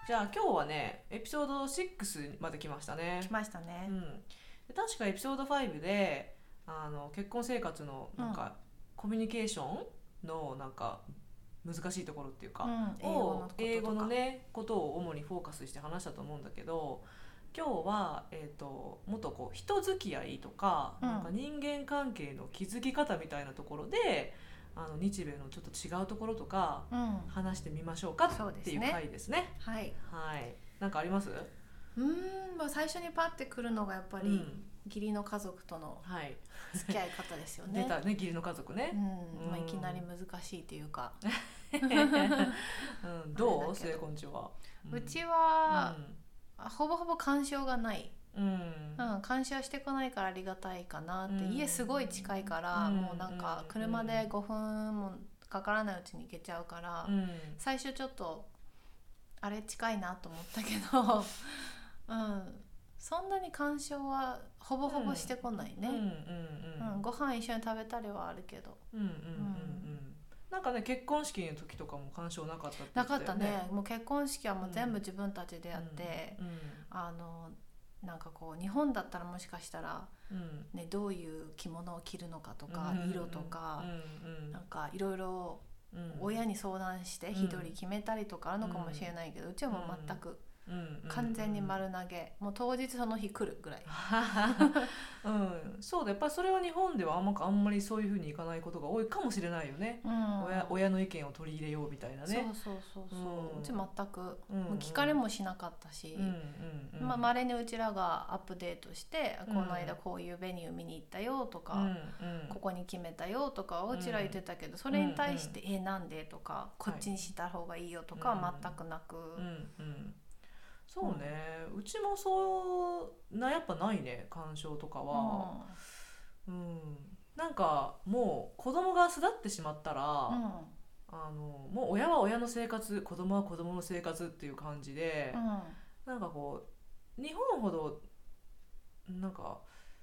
じゃあ今日はねエピソード6まで来ましたね。 来ましたね。 で確かエピソード5で結婚生活のなんか、コミュニケーションのなんか難しいところっていうか、英語のねことを主にフォーカスして話したと思うんだけど、今日は、もっとこう人付き合いとか、なんか人間関係の築き方みたいなところで日米のちょっと違うところとか、話してみましょうかっていう回ですね。 はい、 はい、なんかあります？ まあ、最初にパッてくるのがやっぱり、義理の家族との付き合い方ですよね。 出たね、義理の家族ね。 まあ、いきなり難しいというかどう？末こんちは。 うちは、ほぼほぼ干渉がない、干渉してこないからありがたいかなって、家すごい近いから、もうなんか車で5分もかからないうちに行けちゃうから、最初ちょっとあれ近いなと思ったけどそんなに干渉はほぼほぼしてこないね。ご飯一緒に食べたりはあるけど、 なんかね、結婚式の時とかも干渉なかったって言ってたよね。 なかったね。もう結婚式はもう全部自分たちでやって、なんかこう日本だったらもしかしたら、ね、どういう着物を着るのかとか、色とか、なんかいろいろ親に相談して一人決めたりとかあるのかもしれないけど、うちはもう全く完全に丸投げ、もう当日その日来るぐらいそうだ、やっぱりそれは日本ではあんまりそういう風にいかないことが多いかもしれないよね。親の意見を取り入れようみたいなね。うち全く、もう聞かれもしなかったし、稀にうちらがアップデートして、この間こういうベニュー見に行ったよとか、ここに決めたよとかうちら言ってたけど、それに対してなんでとか、こっちにした方がいいよとかは全くなく、 そうね、うちもそうな、やっぱないね、干渉とかは。なんかもう子供が巣立ってしまったら、もう親は親の生活、子供は子供の生活っていう感じで、なんかこう日本ほどなんか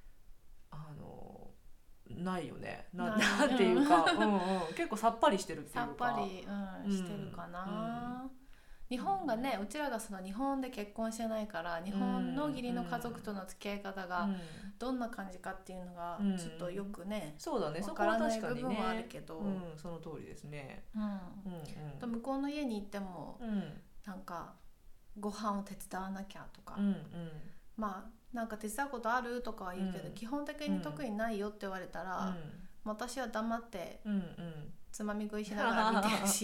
ないよね。なんていうか、結構さっぱりしてるっていうか。 さっぱり、してるかな。日本がね、うちらがその日本で結婚してないから、日本の義理の家族との付き合い方がどんな感じかっていうのがちょっとよくね、 そうだね、 分からない部分はあるけど、 その通りですね。 向こうの家に行っても、なんかご飯を手伝わなきゃとか、まあなんか手伝うことあるとかは言うけど、基本的に特にないよって言われたら、私は黙ってつまみ食いしながら見てるし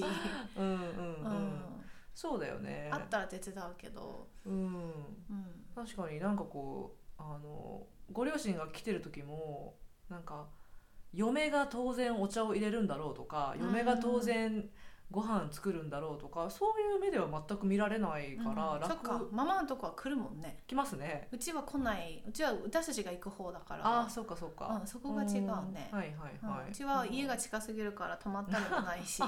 そうだよね。 あったら手伝うけど、 確かになんかこうご両親が来てる時も、なんか嫁が当然お茶を入れるんだろうとか、嫁が当然ご飯作るんだろうとか、そういう目では全く見られないから楽。 そっか、ママのとこは来るもんね。 来ますね。 うちは来ない。うちは私たちが行く方だから。 そうかそうか、 そこが違うね。うちは家が近すぎるから泊まったりもないし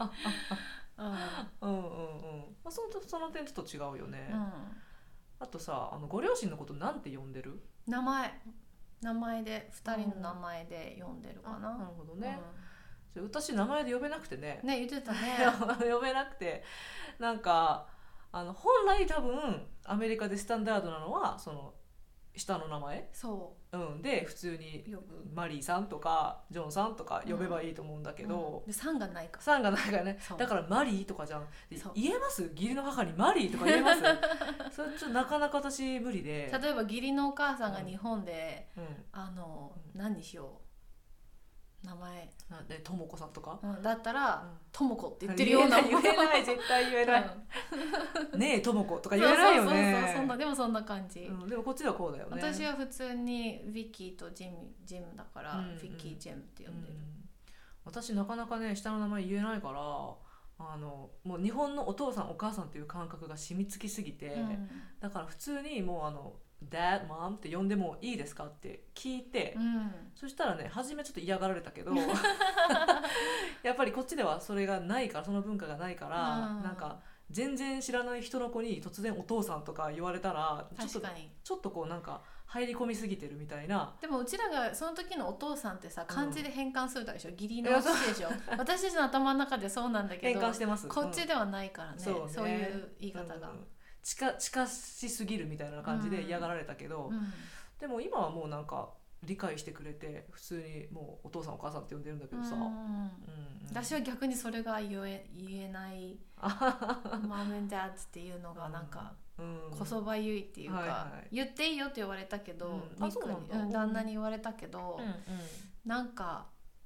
その点ちょっと違うよね。あとさ、ご両親のことなんて呼んでる？ 名前で、2人の名前で呼んでるかな。 なるほどね。私名前で呼べなくてね。 言ってたね呼べなくて、なんか本来多分アメリカでスタンダードなのはその下の名前、で普通にマリーさんとかジョンさんとか呼べばいいと思うんだけど、 さんがないから。 さんがないからね。だからマリーとかじゃん。言えます？義理の母にマリーとか言えます？それちょっとなかなか私無理で。 例えば義理のお母さんが日本で、何にしよう、名前でともこさんとか、 だったらともこって言ってるような。 言えない、絶対言えないねえともことか言えないよね。 でもそんな感じ。 でもこっちはこうだよね。 私は普通にヴィッキーとジムだから、ヴィッキージェムって呼んでる。 私なかなかね下の名前言えないから、もう日本のお父さんお母さんっていう感覚が染みつきすぎて、だから普通にもうDad, Mom って呼んでもいいですかって聞いて、そしたらね、初めちょっと嫌がられたけどやっぱりこっちではそれがないから、その文化がないから、なんか全然知らない人の子に突然お父さんとか言われたら、ちょっとこうなんか入り込みすぎてるみたいな。 でもうちらがその時のお父さんってさ、漢字で変換するでしょ、義理の父でしょ私たちの頭の中でそうなんだけど、 変換してます。 こっちではないからね、そういう言い方が。 近しすぎるみたいな感じで嫌がられたけど、でも今はもうなんか理解してくれて普通にもうお父さんお母さんって呼んでるんだけどさ、 私は逆にそれが言えないマムンダッツっていうのがなんかこそばゆいっていうか、言っていいよって言われたけど、旦那に言われたけど、なんか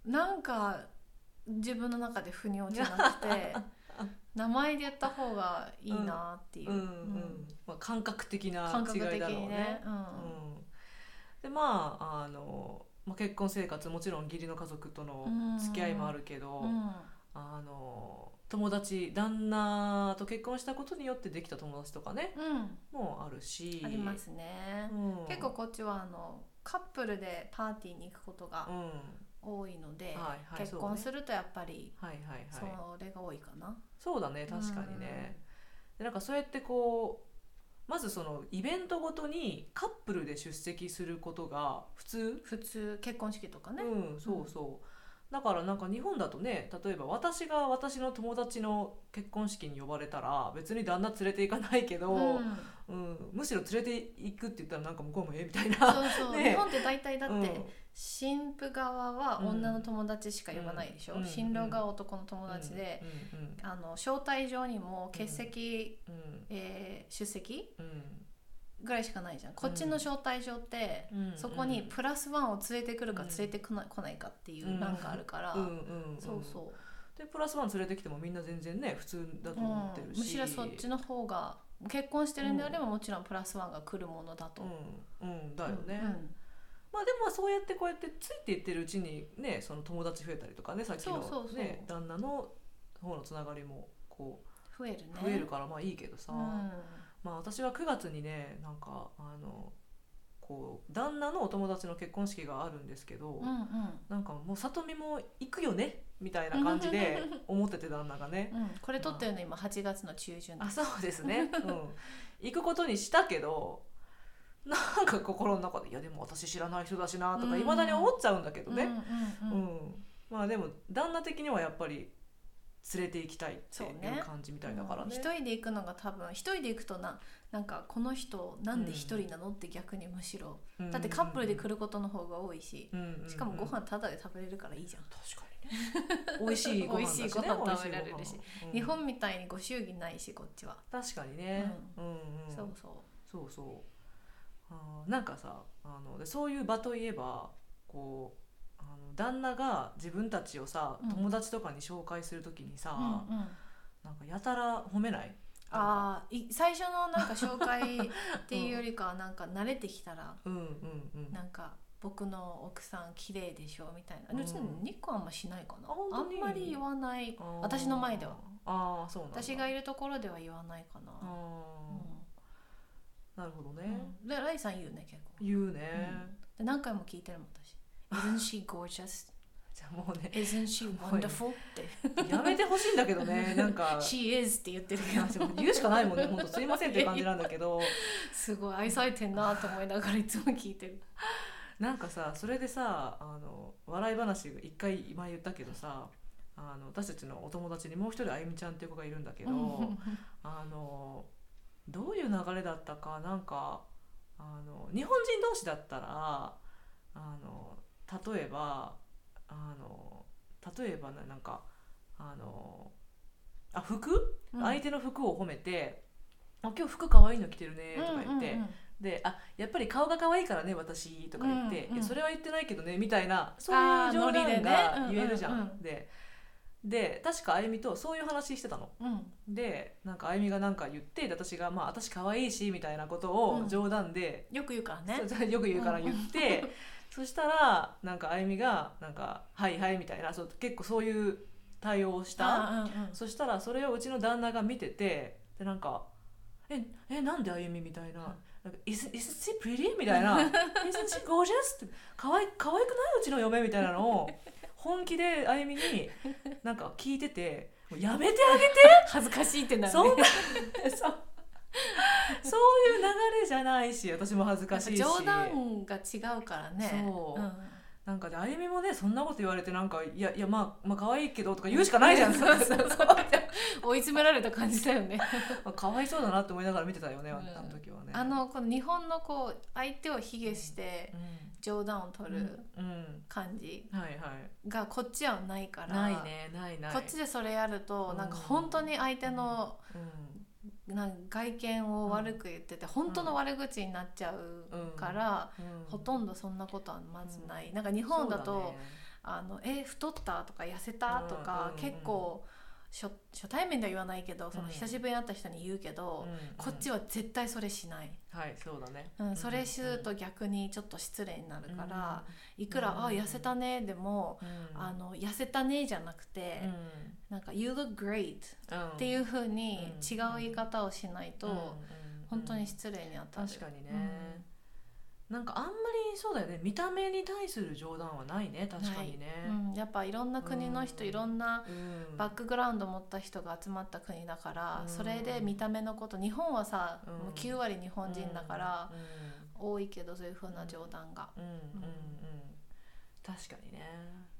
自分の中で腑に落ちなくて名前で言った方がいいなっていう、 感覚的な違いだろうね。でまあ結婚生活もちろん義理の家族との付き合いもあるけど、友達旦那と結婚したことによってできた友達とかね、もうあるしありますね、結構こっちはカップルでパーティーに行くことが多いので、結婚するとやっぱりそれが多いかな。 そうだね、確かにね。でなんかそうやってこうまずそのイベントごとにカップルで出席することが普通結婚式とかね、 そうそう、だからなんか日本だとね、例えば私が私の友達の結婚式に呼ばれたら別に旦那連れて行かないけど、むしろ連れて行くって言ったらなんか向こうもみたいな。 そう日本って大体だって、新婦側は女の友達しか呼ばないでしょ、新郎が男の友達で、招待状にも欠席、出席、ぐらいしかないじゃん。こっちの招待状って、そこにプラスワンを連れてくるか連れてこないかっていう欄があるから、そうそうでプラスワン連れてきてもみんな全然ね普通だと思ってるし、 むしろそっちの方が結婚してるんであればもちろんプラスワンが来るものだと、 だよね、まあでもそうやってこうやってついていってるうちにね、その友達増えたりとかね、さっきのね旦那の方のつながりもこう増えるからまあいいけどさ、まあ私は9月にねなんかこう旦那のお友達の結婚式があるんですけど、なんかもう里美も行くよねみたいな感じで思ってて旦那がね、 これ撮ってるの今8月の中旬です。 そうですね、行くことにしたけどなんか心の中でいやでも私知らない人だしなとかいまだに思っちゃうんだけどね、まあでも旦那的にはやっぱり連れて行きたいっていう感じみたいだからね。 一人で行くのが多分一人で行くとなんかこの人なんで一人なのって逆にむしろ、だってカップルで来ることの方が多いし、しかもご飯タダで食べれるからいいじゃん。 確かにね美味しいご飯だしね、 美味しいご飯食べられるし、日本みたいにご祝儀ないしこっちは。 確かにね、そうなんかさそういう場といえばこう旦那が自分たちをさ、友達とかに紹介するときにさ、なんかやたら褒めない？ 最初のなんか紹介っていうよりかはなんか慣れてきたら、なんか僕の奥さん綺麗でしょみたいな、ニッコあんましないかな、あんまり言わない、私の前では。 そうなんだ。 私がいるところでは言わないかな。 なるほどね。 でライさん言うね、結構言うね、 で何回も聞いてるもん私。Isn't she gorgeous? じゃあもうね Isn't she wonderful? ってやめてほしいんだけどね、なんか She is って言ってるけど言うしかないもんね、本当すいませんっていう感じなんだけどすごい愛されてんなと思いながらいつも聞いてる。 なんかさ、それでさ笑い話一回今言ったけどさ、私たちのお友達にもう一人あゆみちゃんっていう子がいるんだけどどういう流れだったか、なんか日本人同士だったら例えばなんか服、相手の服を褒めて今日服可愛いの着てるねとか言って、でやっぱり顔が可愛いからね私とか言って、いやそれは言ってないけどねみたいな、そういう冗談が言えるじゃん。で確かあゆみとそういう話してたの、でなんかあゆみがなんか言って、私が私可愛いしみたいなことを冗談で、 よく言うからね、 よく言うから言って、そしたらなんかあゆみがなんかはいはいみたいな、結構そういう対応をした、そしたらそれをうちの旦那が見てて、でなんかなんであゆみみたいな、Isn't she pretty? みたいなIsn't she gorgeous? って可愛くないうちの嫁みたいなのを本気であゆみになんか聞いてて、もうやめてあげて恥ずかしいってなるね。 そういう流れじゃないし、私も恥ずかしいし、 冗談が違うからね。 なんかであゆみもねそんなこと言われてなんかいやまあ可愛いけどとか言うしかないじゃん。 そう追い詰められた感じだよねかわいそうだなって思いながら見てたよね、あの時はね。 この日本のこう相手を卑下して冗談を取る感じがこっちはないから、 ないね、ないこっちでそれやるとなんか本当に相手のなんか外見を悪く言ってて本当の悪口になっちゃうから、ほとんどそんなことはまずない。なんか日本だと太ったとか痩せたとか結構初対面では言わないけど、その久しぶりに会った人に言うけど、こっちは絶対それしない。 はい、そうだね。 それすると逆にちょっと失礼になるから、いくら痩せたねでも、痩せたねじゃなくて、なんか You look great っていう風に違う言い方をしないと、本当に失礼に当たる。 確かにね。なんかあんまりそうだよね、見た目に対する冗談はないね、確かにね。 やっぱいろんな国の人、いろんなバックグラウンドを持った人が集まった国だから、それで見た目のこと、日本はさ、もう9割日本人だから、多いけどそういう風な冗談が。 確かにね。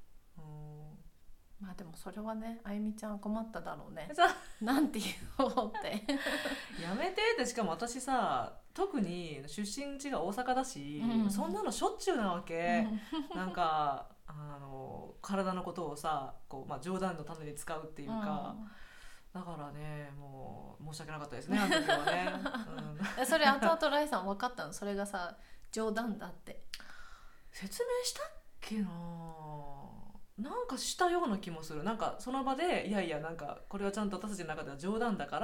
まあでもそれはね、あゆみちゃん困っただろうね。なんて言おうってやめてって。しかも私さ、特に出身地が大阪だし、そんなのしょっちゅうなわけ。なんか体のことをさこう、冗談のために使うっていうか、だからね、もう申し訳なかったですね、あの時はね。それ後々ライさん分かったの？それがさ冗談だって説明したっけな。なんかしたような気もする。なんかその場でいやなんかこれはちゃんと私たちの中では冗談だから、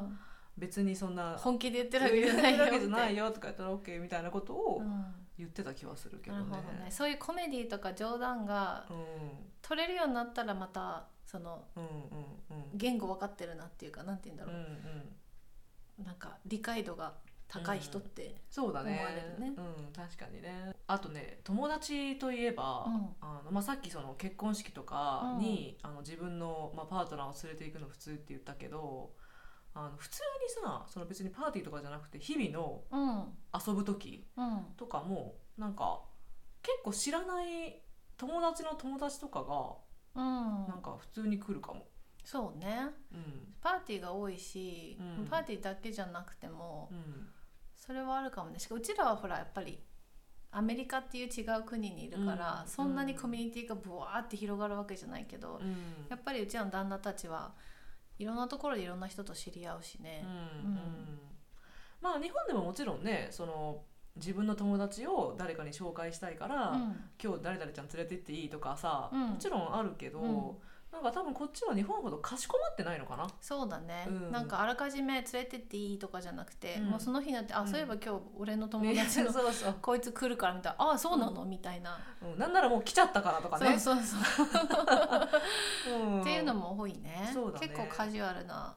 別にそんな本気で言ってるわけじゃないよとか言ったら OK みたいなことを言ってた気はするけどね。 なるほどね。そういうコメディとか冗談が取れるようになったらまたその言語分かってるなっていうか、なんて言うんだろう、なんか理解度が高い人って思われるね。 確かにね。あとね、友達といえば、さっきその結婚式とかに、自分の、パートナーを連れて行くの普通って言ったけど、普通にさ、その別にパーティーとかじゃなくて日々の遊ぶ時とかも、なんか結構知らない友達の友達とかが、なんか普通に来るかも。 そうね、パーティーが多いし、パーティーだけじゃなくても、それはあるかもね。しかもうちらはほらやっぱりアメリカっていう違う国にいるから、そんなにコミュニティがブワーって広がるわけじゃないけど、やっぱりうちらの旦那たちはいろんなところでいろんな人と知り合うしね。日本でももちろんね、その自分の友達を誰かに紹介したいから、今日誰々ちゃん連れてっていいとかさ、もちろんあるけど、なんか多分こっちは日本ほどかしこまってないのかな。 そうだね、なんかあらかじめ連れてっていいとかじゃなくて、もうその日になって、そういえば今日俺の友達のこいつ来るからみたいな、そうなのみたいな、 なんならもう来ちゃったからとかね。 そうっていうのも多いね。結構カジュアルな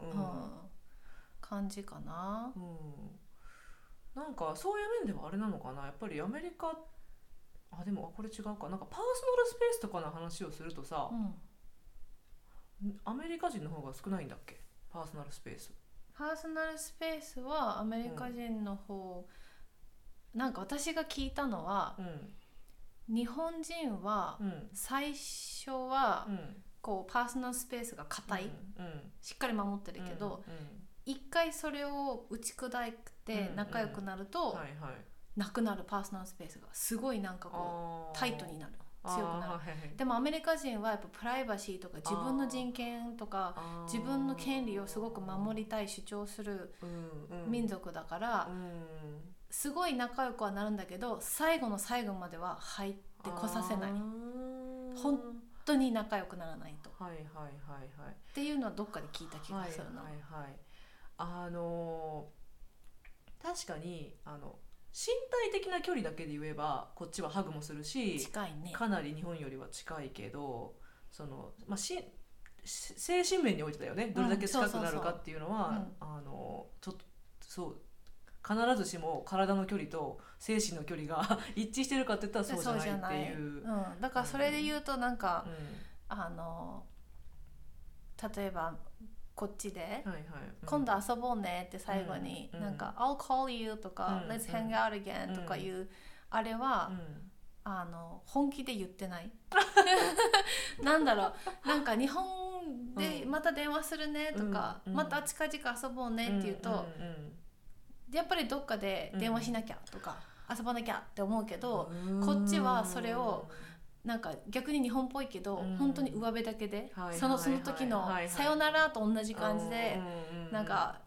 感じかな。 なんかそういう面ではあれなのかな、やっぱりアメリカ、でもこれ違うか。なんかパーソナルスペースとかの話をするとさ、アメリカ人の方が少ないんだっけ、パーソナルスペース。 パーソナルスペースはアメリカ人の方、なんか私が聞いたのは、日本人は最初はこうパーソナルスペースが硬い、しっかり守ってるけど、一回それを打ち砕いて仲良くなると、なくなるパーソナルスペースがすごいなんかこうタイトになる、強くなる。でもアメリカ人はやっぱプライバシーとか自分の人権とか自分の権利をすごく守りたい、主張する民族だから、すごい仲良くはなるんだけど、最後の最後までは入ってこさせない、本当に仲良くならないと、っていうのはどっかで聞いた気がするな。 確かに身体的な距離だけで言えばこっちはハグもするし、 近いね、 かなり日本よりは近いけど、その、精神面においてだよね、どれだけ近くなるかっていうのは、ちょっとそう必ずしも体の距離と精神の距離が一致してるかって言ったらそうじゃないっていう。 だからそれで言うとなんか、例えばこっちで、今度遊ぼうねって最後に、なんか I'll call you とか、Let's hang out again とかいう、あれは、 本気で言ってないなんだろう、なんか日本でまた電話するねとか、また近々遊ぼうねって言うと、やっぱりどっかで電話しなきゃとか、遊ばなきゃって思うけど、こっちはそれをなんか逆に日本っぽいけど、本当に上辺だけで、その時のさよならと同じ感じで、なんか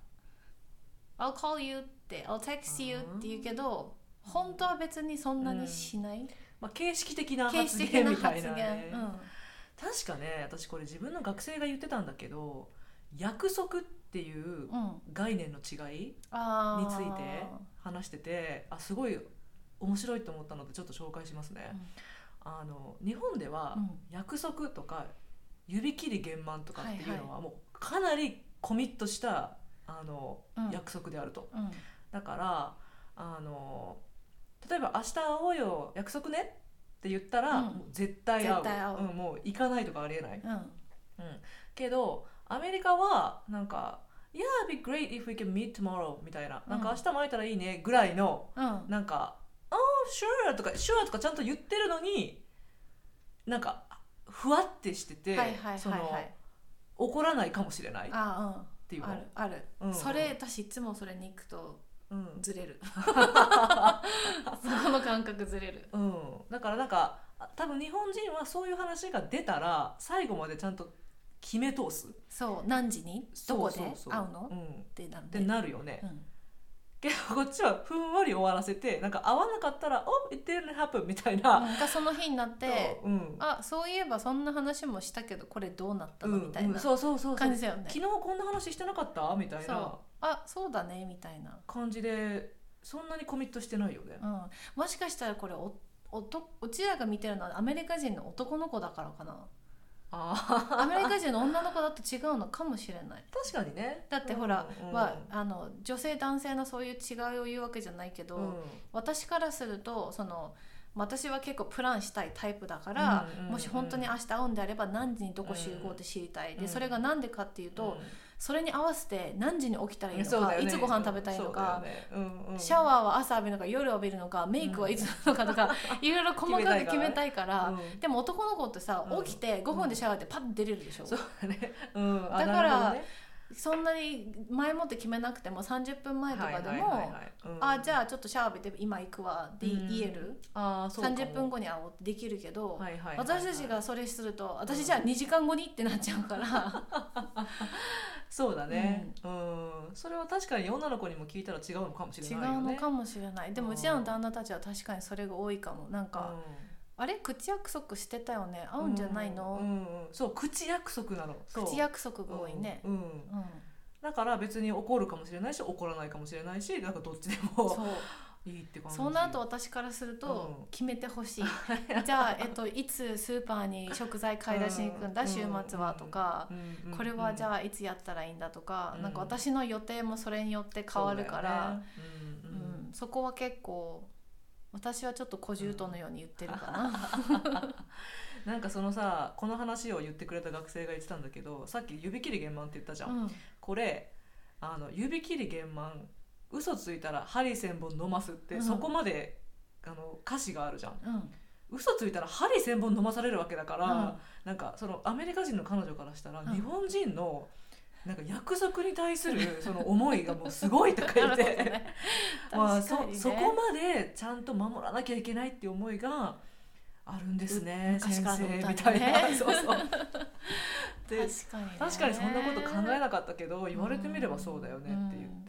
I'll call you って I'll text you って言うけど、本当は別にそんなにしない、 形式的な発言みたいなね。確かね、私これ自分の学生が言ってたんだけど、約束っていう概念の違いについて話してて、すごい面白いと思ったのでちょっと紹介しますね。日本では約束とか指切り玄満とかっていうのはもうかなりコミットした約束であると、だから例えば明日会おうよ約束ねって言ったら、もう絶対会う、もう行かないとかありえない、けどアメリカはなんかYeah, it'd be great if we can meet tomorrow みたいな、なんか明日も会えたらいいねぐらいの、なんかOh, sure とか sure とかちゃんと言ってるのに、なんかふわってしてて、怒らないかもしれないっていうの。 ある、それ私いつもそれに行くとずれる、その感覚ずれる、 だからなんか多分日本人はそういう話が出たら最後までちゃんと決め通す。 そう、何時にどこで会うのってなるよね、けどこっちはふんわり終わらせて、なんか会わなかったら「Oh, it didn't happen」みたいな、 その日になってそういえばそんな話もしたけどこれどうなったのみたいな感じだよね。 昨日こんな話してなかったみたいな、 そうだねみたいな感じで、そんなにコミットしてないよね。 もしかしたらこれうちらが見てるのはアメリカ人の男の子だからかな。アメリカ人の女の子だと違うのかもしれない。 確かにね。 だってほら、女性男性のそういう違いを言うわけじゃないけど、私からすると私は結構プランしたいタイプだから、もし本当に明日会うんであれば何時にどこ集合って知りたい、でそれがなんでかっていうと、それに合わせて何時に起きたらいいのか、いつご飯食べたいのか、シャワーは朝浴びるのか夜浴びるのか、メイクはいつなのかとか、いろいろ細かく決めたいから。でも男の子ってさ、起きて5分でシャワーでパッと出れるでしょ。 そうだね、 だからそんなに前もって決めなくても30分前とかでもじゃあちょっとシャワー浴びて今行くわって言える、30分後に会おうってできるけど、私たちがそれすると私じゃあ2時間後にってなっちゃうからそうだね、それは確かに女の子にも聞いたら違うのかもしれないよね。 違うのかもしれない。でもうちらの旦那たちは確かにそれが多いかも。なんか、あれ口約束してたよね、会うんじゃないの、 そう口約束なの。 口約束が多いね、 だから別に怒るかもしれないし怒らないかもしれないし、なんかどっちでもいいって感じ。 その後私からすると決めてほしい、じゃあ、いつスーパーに食材買い出しに行くんだ、週末はとか、これはじゃあいつやったらいいんだとか、なんか私の予定もそれによって変わるから、そこは結構私はちょっと小獣のように言ってるかななんかそのさ、この話を言ってくれた学生が言ってたんだけど、さっき指切り玄満って言ったじゃん、これ指切り玄満嘘ついたら針千本飲ますって、そこまで歌詞があるじゃん、嘘ついたら針千本飲まされるわけだから、なんかそのアメリカ人の彼女からしたら、日本人のなんか約束に対するその思いがもうすごいとか言ってそこまでちゃんと守らなきゃいけないっていう思いがあるんですね、先生みたいな。そうそうで確かにそんなこと考えなかったけど、言われてみればそうだよねって言って、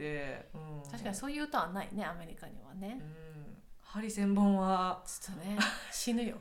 確かにそういう歌はないね、アメリカにはね。 針千本はちょっとね死ぬよ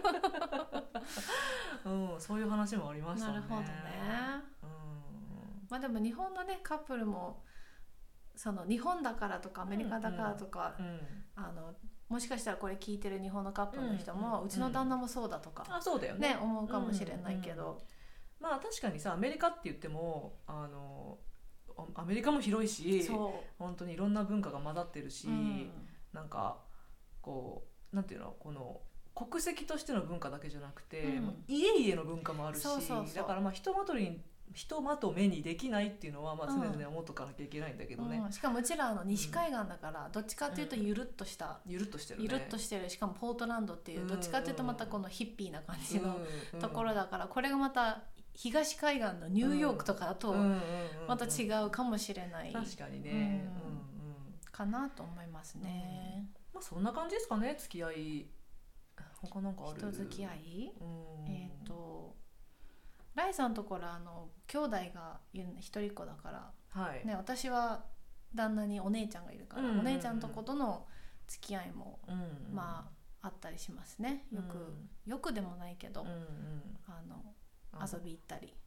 そういう話もありましたね。 なるほどね。まあでも日本のねカップルもその日本だからとかアメリカだからとか、もしかしたらこれ聞いてる日本のカップルの人も、うちの旦那もそうだとか、 そうだよね、 思うかもしれないけど、 まあ確かにさ、アメリカって言ってもアメリカも広いし、本当にいろんな文化が混ざってるし、なんかこうなんていうの、この国籍としての文化だけじゃなくて、家々の文化もあるし、だからまあ人まとりにひとまとめにできないっていうのは、まあ、常々思っとかなきゃいけないんだけどね、 しかもうちら西海岸だから、どっちかっていうとゆるっとした、 ゆるっとしてるね、 ゆるっとしてる。しかもポートランドっていう、どっちかっていうとまたこのヒッピーな感じのところだから、これがまた東海岸のニューヨークとかだとまた違うかもしれない、 確かにね、 かなと思いますね。 まあそんな感じですかね、付き合い。他なんかある？ 人付き合い、ライさんのところ兄弟が一人っ子だから、 はいね、私は旦那にお姉ちゃんがいるから、お姉ちゃんとことの付き合いも、まああったりしますね。よくでもないけど、遊び行ったり、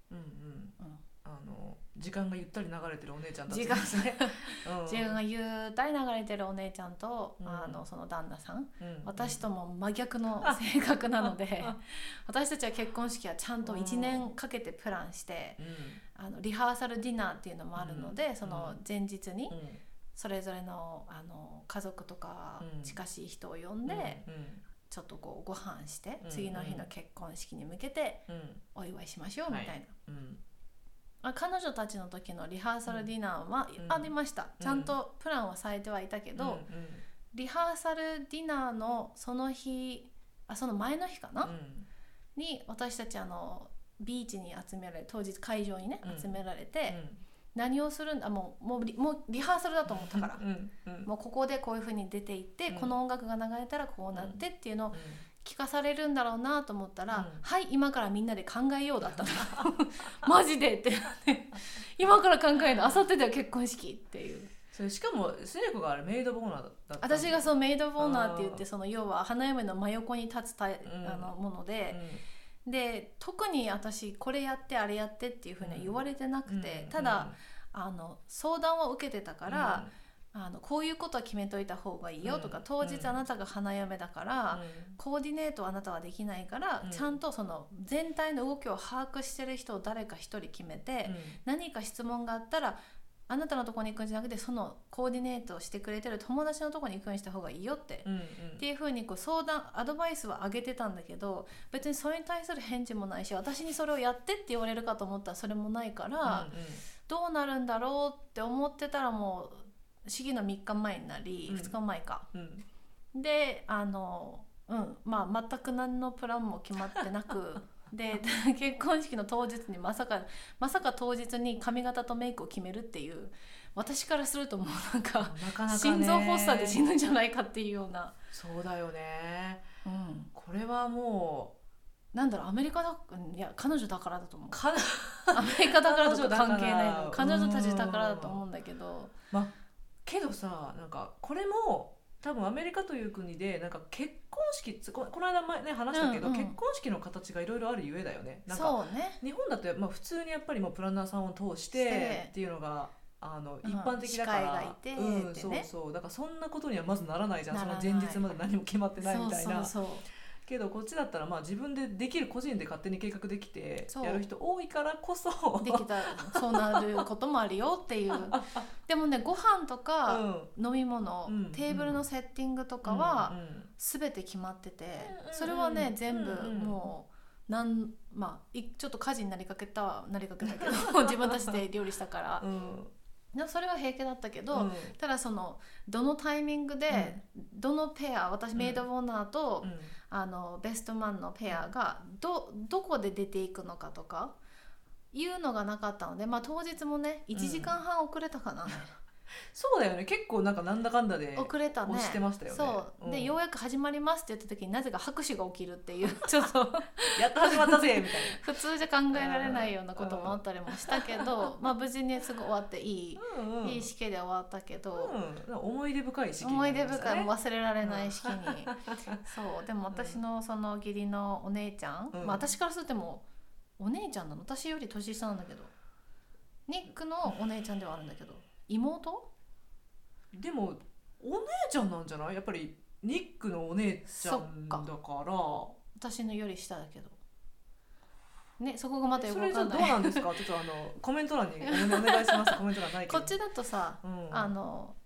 時間がゆったり流れてるお姉ちゃんたちですね。 時間がゆったり流れてるお姉ちゃんと、その旦那さん、私とも真逆の性格なので私たちは結婚式はちゃんと1年かけてプランして、リハーサルディナーっていうのもあるので、その前日にそれぞれの、家族とか近しい人を呼んで、ちょっとこうご飯して、次の日の結婚式に向けてお祝いしましょうみたいな、彼女たちの時のリハーサルディナーはありました、ちゃんとプランはされてはいたけど、リハーサルディナーのその日、その前の日かな、に私たちビーチに集められ、当日会場にね集められて、何をするんだ、もうリハーサルだと思ったからもうここでこういう風に出ていって、この音楽が流れたらこうなってっていうのを聞かされるんだろうなと思ったら、はい今からみんなで考えようだったのマジでって今から考えるの、あさってでは結婚式っていう。 それしかも聖子がメイドボーナーだった。 私がそうメイドボーナーって言って、その要は花嫁の真横に立つもので、で特に私これやってあれやってっていうふうには言われてなくて、ただ相談を受けてたから、こういうことは決めといた方がいいよとか、当日あなたが花嫁だから、コーディネートはあなたはできないから、ちゃんとその全体の動きを把握してる人を誰か一人決めて、何か質問があったらあなたのところに行くんじゃなくて、そのコーディネートをしてくれてる友達のところに行くようにした方がいいよって、っていう風にこう相談アドバイスはあげてたんだけど、別にそれに対する返事もないし、私にそれをやってって言われるかと思ったらそれもないから、どうなるんだろうって思ってたら、もう式の3日前になり、2日前か、でまあ全く何のプランも決まってなくで結婚式の当日にまさか当日に髪型とメイクを決めるっていう、私からするともうなかなか、ね、心臓発作で死ぬんじゃないかっていうような。 そうだよね、これはもうなんだろう、アメリカだ、いや彼女だからだと思うアメリカだからとか関係ないの、彼女たちだからだと思うんだけど、 けどさ、なんかこれも多分アメリカという国でなんか結婚式、この間前ね話したけど、結婚式の形がいろいろあるゆえだよね。なんかそうね、 日本だと普通にやっぱりもうプランナーさんを通してっていうのが一般的だから、 司会がいてってね、 そうだからそんなことにはまずならないじゃん、その前日まで何も決まってないみたいな。けどこっちだったら自分でできる、個人で勝手に計画できてやる人多いからこそできた、そうなることもあるよっていうでもね、ご飯とか飲み物、テーブルのセッティングとかは全て決まってて、それはね全部もうちょっと家事になりかけたけど自分たちで料理したから、それは平気だったけど、ただそのどのタイミングで、どのペア、私メイドオーナーと、ベストマンのペアがどこで出ていくのかとかいうのがなかったので、当日もね1時間半遅れたかな、 そうだよね、結構なんだかんだで遅れたね、 押してましたよね。 そう、でようやく始まりますって言った時になぜか拍手が起きるっていうちょっとやっと始まったぜみたいな普通じゃ考えられないようなこともあったりもしたけど、無事にすぐ終わっていい式で終わったけど、 思い出深い式になりましたね。思い出深い、忘れられない式に、そうでも私のその義理のお姉ちゃん、私からするともお姉ちゃんなの、私より年下なんだけど、ニックのお姉ちゃんではあるんだけど、妹でもお姉ちゃんなんじゃない？やっぱりニックのお姉ちゃんだから私のより下だけどね、そこがまたよくわかんない。 それどうなんですか？ちょっとコメント欄にお願いします。コメント欄ないけどこっちだとさ、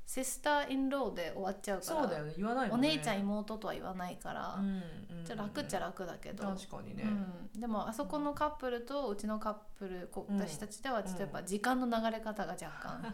シスターインローで終わっちゃうから。 そうだよね、言わないもんね。 お姉ちゃん妹とは言わないから、じゃ楽っちゃ楽だけど。 確かにね、 でもあそこのカップルとうちのカップル、私たちではちょっとやっぱ時間の流れ方が若干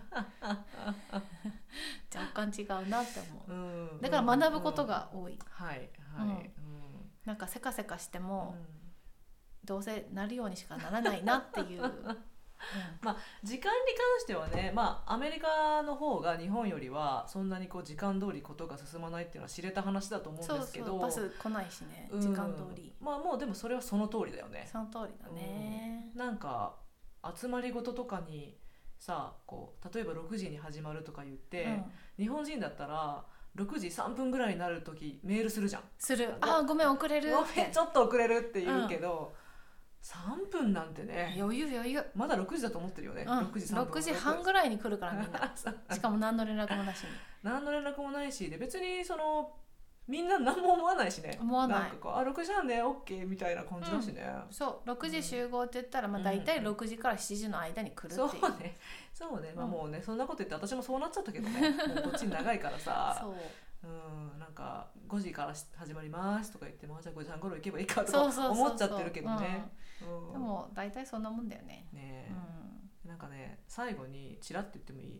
若干違うなって思う、だから学ぶことが多い、 はいはい、 なんかせかせかしても、どうせなるようにしかならないなっていうまあ時間に関してはね、まあアメリカの方が日本よりはそんなにこう時間通りことが進まないっていうのは知れた話だと思うんですけど、 そうそう、バス来ないしね、時間通り。 まあもうでもそれはその通りだよね。 その通りだね。 なんか集まりごととかにさ、こう例えば6時に始まるとか言って、日本人だったら6時3分ぐらいになる時メールするじゃん。 する。あ、ごめん遅れる、 ごめんちょっと遅れるって言うけど、3分なんてね、 余裕まだ6時だと思ってるよね、6時3分、 6時半ぐらいに来るからみんなしかも何の連絡もなしに何の連絡もないしで、別にそのみんな何も思わないしね。 思わない。 なんかこう6時半ね OK みたいな感じだしね、 そう6時集合って言ったら、まあ大体6時から7時の間に来るっていう、 そうね、まあもうねそんなこと言って私もそうなっちゃったけどね、もうこっちに長いからさそうなんか5時から始まりますとか言っても、じゃあ5時半頃行けばいいかとか思っちゃってるけどね。 でも大体そんなもんだよね。 なんかね、最後にチラッと言ってもいい、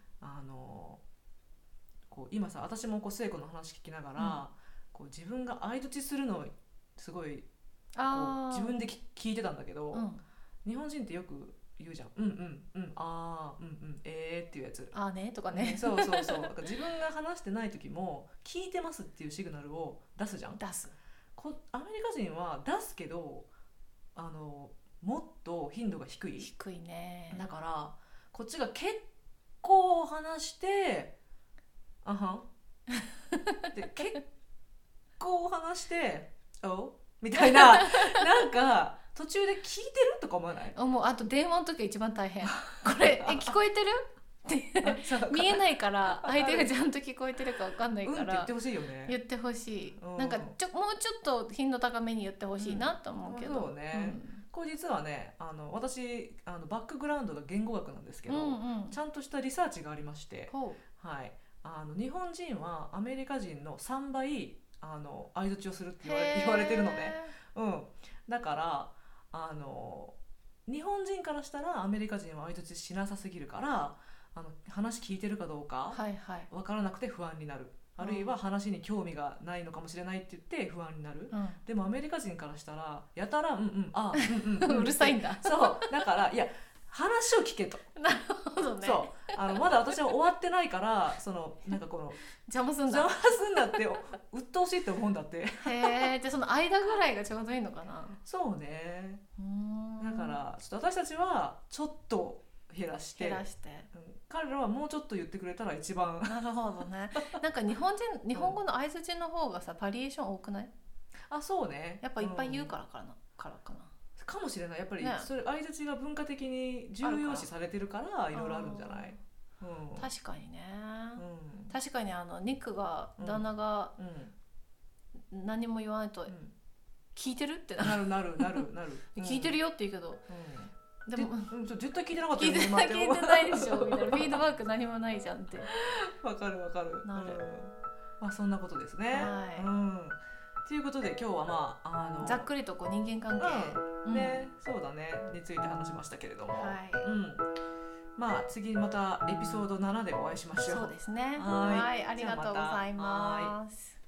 こう今さ、私もこう聖子の話聞きながら、こう自分が相槌するのすごいこう自分で聞いてたんだけど、日本人ってよく言うじゃん、あーっていうやつ、 あーねとかね、 そう自分が話してない時も聞いてますっていうシグナルを出すじゃん。 出す。 アメリカ人は出すけどもっと頻度が低いね。 だからこっちが結構話してあはんで結構話しておみたいななんか途中で聞いてるとか思わない？ もうあと電話の時が一番大変これ聞こえてるって見えないから相手がちゃんと聞こえてるか分かんないから、 って言ってほしいよね。 言ってほしい、なんかもうちょっと頻度高めに言ってほしいなと思うけど、 そうね、これ実はね私バックグラウンドが言語学なんですけど、ちゃんとしたリサーチがありまして、はい、日本人はアメリカ人の3倍相槌をするって言われてるのね、だから日本人からしたらアメリカ人は相槌しなさすぎるから話聞いてるかどうか分からなくて不安になる、あるいは話に興味がないのかもしれないって言って不安になる、でもアメリカ人からしたらやたらうるさいんだ。 そうだからいや話を聞けと。 なるほどね。 そうまだ私は終わってないからなんかこの邪魔すんだって鬱陶しいって思うんだって。 へえ、じゃあその間ぐらいがちょうどいいのかな。 そうね。だからちょっと私たちはちょっと減らして、彼らはもうちょっと言ってくれたら一番。 なるほどね。なんか日本語の相槌の方がさバリエーション多くない？ そうね。 やっぱいっぱい言うからかな。 かもしれない。やっぱりそれ相槌が文化的に重要視されてるからいろいろあるんじゃない？ 確かにね。確かにニックが旦那が何も言わないと聞いてるってなる聞いてるよって言うけど。でも絶対聞いてなかったよね。 聞いてないでしょみたいな、フィードバック何もないじゃんって。 わかる。まあそんなことですね。ということで今日はざっくりと人間関係ね、そうだねについて話しましたけれども、まあ次またエピソード7でお会いしましょう。 そうですね。はい、ありがとうございます。